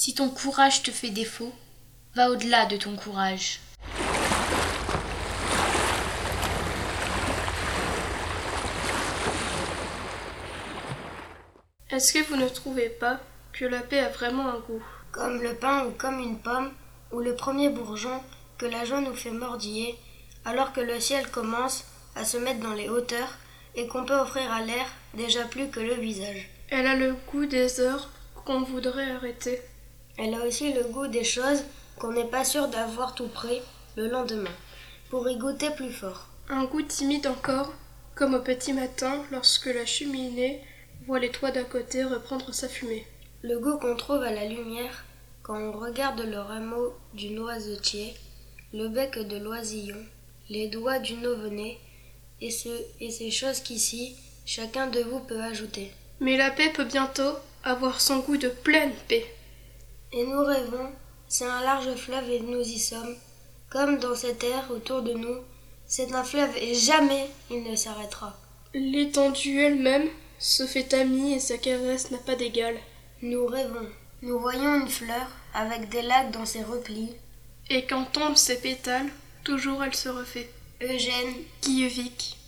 Si ton courage te fait défaut, va au-delà de ton courage. Est-ce que vous ne trouvez pas que la paix a vraiment un goût? Comme le pain ou comme une pomme, ou le premier bourgeon que la joie nous fait mordiller, alors que le ciel commence à se mettre dans les hauteurs et qu'on peut offrir à l'air déjà plus que le visage. Elle a le goût des heures qu'on voudrait arrêter. Elle a aussi le goût des choses qu'on n'est pas sûr d'avoir tout près le lendemain, pour y goûter plus fort. Un goût timide encore, comme au petit matin lorsque la cheminée voit les toits d'à côté reprendre sa fumée. Le goût qu'on trouve à la lumière quand on regarde le rameau du noisetier, le bec de l'oisillon, les doigts du nouveau-né, et ces choses qu'ici, chacun de vous peut ajouter. Mais la paix peut bientôt avoir son goût de pleine paix. Et nous rêvons, c'est un large fleuve et nous y sommes, comme dans cette air autour de nous, c'est un fleuve et jamais il ne s'arrêtera. L'étendue elle-même se fait amie et sa caresse n'a pas d'égal. Nous rêvons, nous voyons une fleur avec des lacs dans ses replis. Et quand tombent ses pétales, toujours elle se refait. Eugène Guillevic.